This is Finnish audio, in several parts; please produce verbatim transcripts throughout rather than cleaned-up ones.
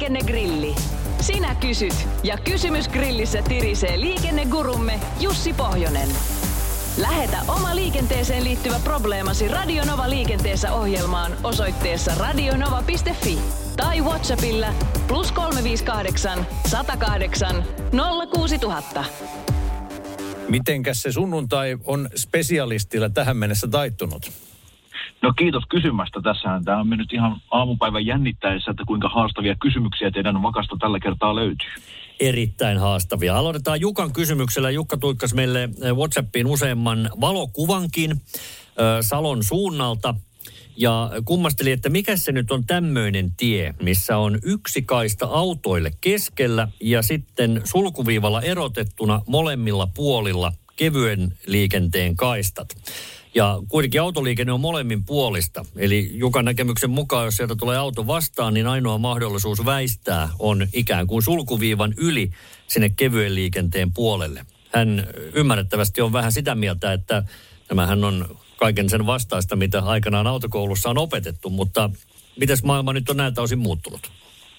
Liikennegrilli. Sinä kysyt ja kysymys grillissä tirisee liikennegurumme Jussi Pohjonen. Lähetä oma liikenteeseen liittyvä probleemasi Radionova liikenteessä ohjelmaan osoitteessa radionova piste fi tai WhatsAppilla plus kolme viisi kahdeksan, sata kahdeksan, nolla kuusi tuhatta. Mitenkäs se sunnuntai on spesialistilla tähän mennessä taittunut? No kiitos kysymästä. Tässähän tämä on mennyt ihan aamupäivän jännittäessä, että kuinka haastavia kysymyksiä teidän vakasta tällä kertaa löytyy. Erittäin haastavia. Aloitetaan Jukan kysymyksellä. Jukka tuikkasi meille WhatsAppiin useamman valokuvankin äh, Salon suunnalta ja kummasteli, että mikä se nyt on tämmöinen tie, missä on yksi kaista autoille keskellä ja sitten sulkuviivalla erotettuna molemmilla puolilla kevyen liikenteen kaistat. Ja kuitenkin autoliikenne on molemmin puolista. Eli Jukan näkemyksen mukaan, jos sieltä tulee auto vastaan, niin ainoa mahdollisuus väistää on ikään kuin sulkuviivan yli sinne kevyen liikenteen puolelle. Hän ymmärrettävästi on vähän sitä mieltä, että tämähän on kaiken sen vastaista, mitä aikanaan autokoulussa on opetettu. Mutta mites maailma nyt on näiltä osin muuttunut?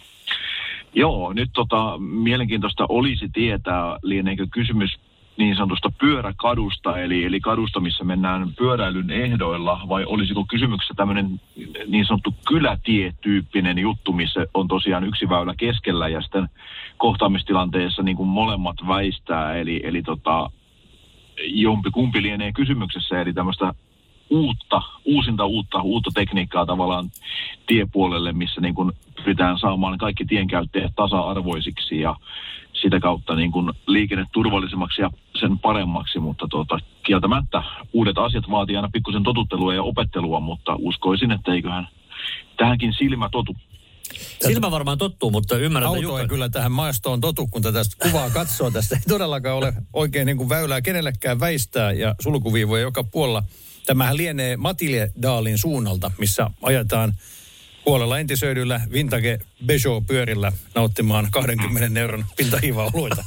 Joo, nyt tota, mielenkiintoista olisi tietää, lieneekö kysymys niin sanotusta pyöräkadusta, eli, eli kadusta, missä mennään pyöräilyn ehdoilla, vai olisiko kysymyksessä tämmöinen niin sanottu kylätie-tyyppinen juttu, missä on tosiaan yksi väylä keskellä ja sitten kohtaamistilanteessa niin kuin molemmat väistää, eli, eli tota, jompi kumpi lienee kysymyksessä, eli tämmöistä uutta, uusinta uutta, uutta tekniikkaa tavallaan tiepuolelle, missä niin kuin pyritään saamaan kaikki tienkäyttäjät tasa-arvoisiksi ja sitä kautta niin kuin liikenne turvallisemmaksi ja sen paremmaksi, mutta tuota, kieltämättä uudet asiat vaatii aina pikkusen totuttelua ja opettelua, mutta uskoisin, että eiköhän tähänkin silmä totu. Silmä varmaan tottuu, mutta ymmärrän, Auto Jukka... ei kyllä tähän maastoon totu, kun tätä kuvaa katsoo. Tästä ei todellakaan ole oikein niin kuin väylää kenellekään väistää ja sulkuviivoja joka puolella. Tämähän lienee Matiljedalin suunnalta, missä ajetaan puolella entisöidyllä vintage Peugeot-pyörillä nauttimaan kaksikymmentä euron pintahiiva-oluita.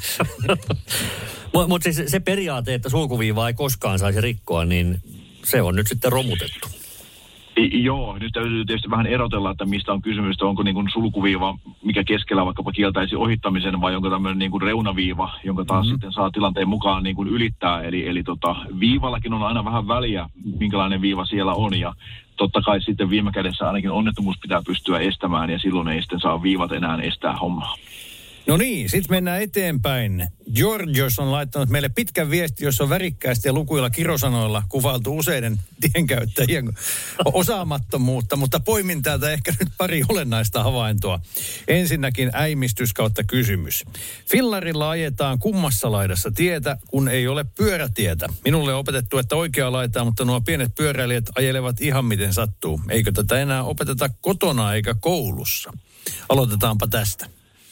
Mutta mut siis se periaate, että sulkuviivaa ei koskaan saisi rikkoa, niin se on nyt sitten romutettu. I, joo, nyt täytyy tietysti vähän erotella, että mistä on kysymys, että onko niin kuin sulkuviiva, mikä keskellä vaikkapa kieltäisi ohittamisen, vai onko tämmöinen niin kuin reunaviiva, jonka taas mm-hmm. sitten saa tilanteen mukaan niin kuin ylittää. Eli, eli tota, viivallakin on aina vähän väliä, minkälainen viiva siellä on, ja totta kai sitten viime kädessä ainakin onnettomuus pitää pystyä estämään, ja silloin ei sitten saa viivat enää estää hommaa. No niin, sitten mennään eteenpäin. Georgios on laittanut meille pitkän viesti, jossa on värikkäästi ja lukuilla kirosanoilla kuvailtu useiden tienkäyttäjien osaamattomuutta, mutta poimin täältä ehkä nyt pari olennaista havaintoa. Ensinnäkin äimistys kautta kysymys. Fillarilla ajetaan kummassa laidassa tietä, kun ei ole pyörätietä. Minulle on opetettu, että oikea laitaa, mutta nuo pienet pyöräilijät ajelevat ihan miten sattuu. Eikö tätä enää opeteta kotona eikä koulussa? Aloitetaanpa tästä.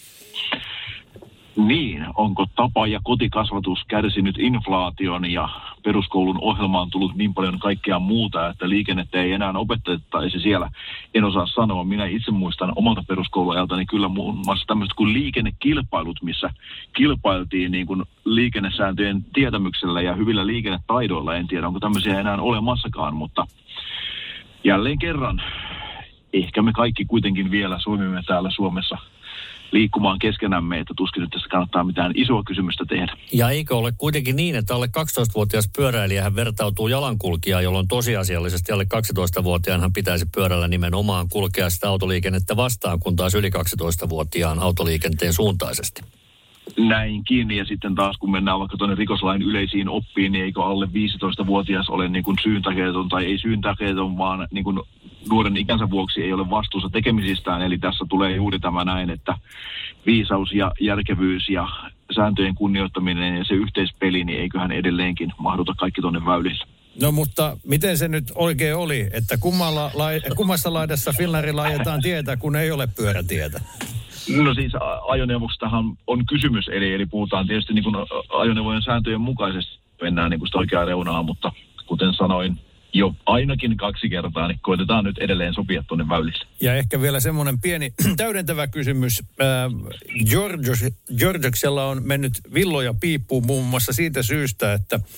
Niin, onko tapa- ja kotikasvatus kärsinyt inflaation ja peruskoulun ohjelmaan on tullut niin paljon kaikkea muuta, että liikennettä ei enää opetettaisi siellä. En osaa sanoa. Minä itse muistan omalta peruskouluajaltani kyllä muun muassa tämmöiset kuin liikennekilpailut, missä kilpailtiin niin kuin liikennesääntöjen tietämyksellä ja hyvillä liikennetaidoilla. En tiedä, onko tämmöisiä enää olemassakaan, mutta jälleen kerran ehkä me kaikki kuitenkin vielä suomimme täällä Suomessa liikkumaan keskenämme, että tuskin nyt tässä kannattaa mitään isoa kysymystä tehdä. Ja eikö ole kuitenkin niin, että alle kaksitoistavuotias pyöräilijähän vertautuu jalankulkijaan, jolloin tosiasiallisesti alle kaksitoistavuotiaanhan pitäisi pyörällä nimenomaan kulkea sitä autoliikennettä vastaan, kun taas yli kaksitoistavuotiaan autoliikenteen suuntaisesti. Näin kiinni, ja sitten taas kun mennään vaikka tuonne rikoslain yleisiin oppiin, niin eikö alle viisitoistavuotias ole niin kuin syyntakeeton tai ei syyntakeeton, vaan niin kuin nuoren ikänsä vuoksi ei ole vastuussa tekemisistään. Eli tässä tulee juuri tämä näin, että viisaus ja järkevyys ja sääntöjen kunnioittaminen ja se yhteispeli, niin eiköhän edelleenkin mahduta kaikki tuonne väylille. No mutta miten se nyt oikein oli, että kummalla, kummassa laidassa Finlarilla ajetaan tietä, kun ei ole pyörätietä? No siis ajoneuvostahan on kysymys, eli, eli puhutaan tietysti niin kuin ajoneuvojen sääntöjen mukaisesti, mennään niin kuin sitä oikeaa reunaa, mutta kuten sanoin, jo ainakin kaksi kertaa, niin koitetaan nyt edelleen sopia tuonne väylissä. Ja ehkä vielä semmoinen pieni täydentävä kysymys. Äh, Georgios, Georgioksella on mennyt villoja piippuun muun muassa siitä syystä, että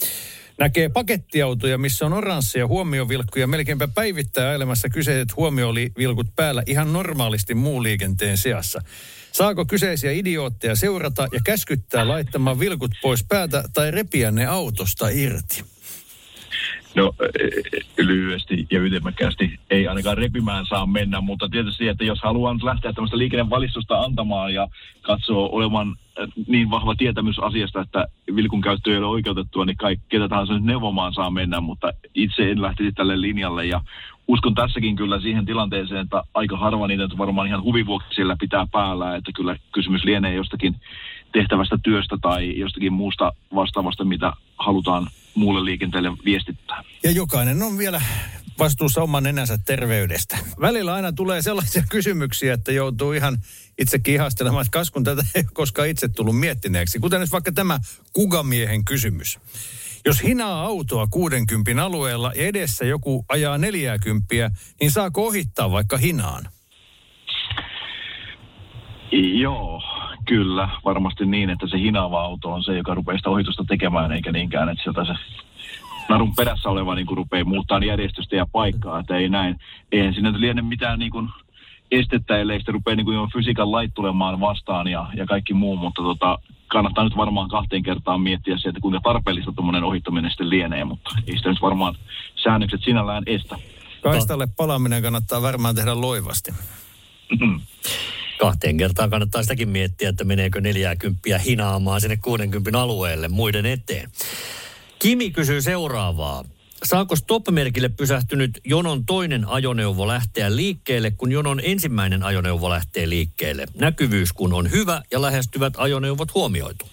Näkee pakettiautoja, missä on oransseja huomiovilkkuja melkeinpä päivittäin ailemassa kyseiset huomiovilkut päällä ihan normaalisti muun liikenteen seassa. Saako kyseisiä idiootteja seurata ja käskyttää laittamaan vilkut pois päältä tai repiä ne autosta irti? No lyhyesti ja ytimekkäästi ei ainakaan repimään saa mennä, mutta tietysti, että jos haluaa nyt lähteä tämmöistä liikennevalistusta antamaan ja katsoo olevan niin vahva tietämys asiasta, että vilkun käyttö ei ole oikeutettua, niin kaikki, ketä tahansa nyt neuvomaan saa mennä, mutta itse en lähtisi tälle linjalle ja uskon tässäkin kyllä siihen tilanteeseen, että aika harva niitä varmaan ihan huvivuoksi siellä pitää päällä, että kyllä kysymys lienee jostakin tehtävästä työstä tai jostakin muusta vastaavasta, mitä halutaan muulle liikenteelle viestittää. Ja jokainen on vielä vastuussa oman nenänsä terveydestä. Välillä aina tulee sellaisia kysymyksiä, että joutuu ihan itsekin ihastelemaan, että kas kun tätä ei koskaan itse tullut miettineeksi. Kuten nyt vaikka tämä kugamiehen kysymys. Jos hinaa autoa kuudenkympin alueella ja edessä joku ajaa neljääkymppiä, niin saako ohittaa vaikka hinaan? Joo, kyllä. Varmasti niin, että se hinaava auto on se, joka rupeaa sitä ohitusta tekemään, eikä niinkään, että sieltä se narun perässä oleva niin kuin rupeaa muuttaa järjestystä ja paikkaa, että ei näin. Eihän siinä liene mitään niin kuin estettä, ellei sitä rupeaa niin kuin fysiikan lait tulemaan vastaan ja, ja kaikki muu, mutta tota, kannattaa nyt varmaan kahteen kertaan miettiä se, että kuinka tarpeellista tuommoinen ohittaminen sitten lienee, mutta ei sitä nyt varmaan säännökset sinällään estä. Kaistalle palaaminen kannattaa varmaan tehdä loivasti. Kahteen kertaan kannattaa sitäkin miettiä, että meneekö neljääkymppiä hinaamaan sinne kuudenkympin alueelle muiden eteen. Kimi kysyy seuraavaa. Saako stop-merkille pysähtynyt jonon toinen ajoneuvo lähteä liikkeelle, kun jonon ensimmäinen ajoneuvo lähtee liikkeelle? Näkyvyys kun on hyvä ja lähestyvät ajoneuvot huomioitu.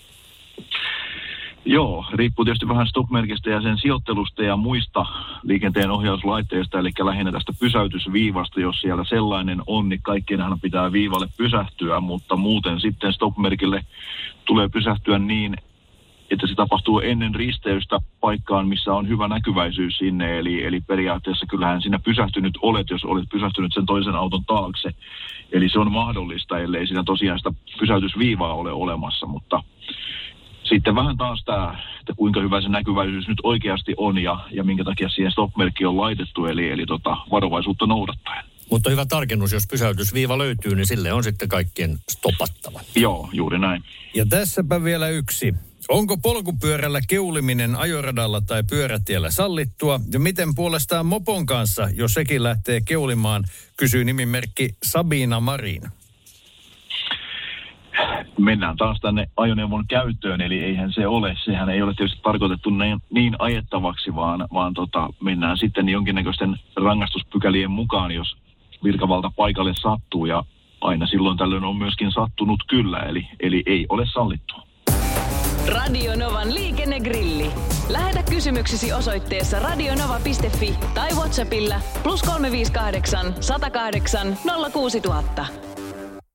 Joo, riippuu tietysti vähän stop-merkistä ja sen sijoittelusta ja muista liikenteen ohjauslaitteista, eli lähinnä tästä pysäytysviivasta, jos siellä sellainen on, niin kaikkienhan pitää viivalle pysähtyä, mutta muuten sitten stop-merkille tulee pysähtyä niin, että se tapahtuu ennen risteystä paikkaan, missä on hyvä näkyväisyys sinne, eli, eli periaatteessa kyllähän siinä pysähtynyt olet, jos olet pysähtynyt sen toisen auton taakse, eli se on mahdollista, ellei siinä tosiaan sitä pysäytysviivaa ole olemassa, mutta sitten vähän taas tämä, että kuinka hyvä se näkyväisyys nyt oikeasti on ja, ja minkä takia siihen stop-merkki on laitettu, eli, eli tota, varovaisuutta noudattaen. Mutta hyvä tarkennus, jos pysäytysviiva löytyy, niin sille on sitten kaikkien stopattava. Joo, juuri näin. Ja tässäpä vielä yksi. Onko polkupyörällä keuliminen ajoradalla tai pyörätiellä sallittua? Ja miten puolestaan mopon kanssa, jos sekin lähtee keulimaan, kysyy nimimerkki Sabina Marin. Mennään taas tänne ajoneuvon käyttöön, eli eihän se ole. Sehän ei ole tietysti tarkoitettu niin, niin ajettavaksi, vaan, vaan tota, mennään sitten jonkinnäköisten rangaistuspykälien mukaan, jos virkavalta paikalle sattuu. Ja aina silloin tällöin on myöskin sattunut kyllä, eli, eli ei ole sallittua. Radio Novan liikennegrilli. Lähetä kysymyksesi osoitteessa radionova piste fi tai WhatsAppilla plus kolme viisi kahdeksan, sata kahdeksan, nolla kuusi tuhatta.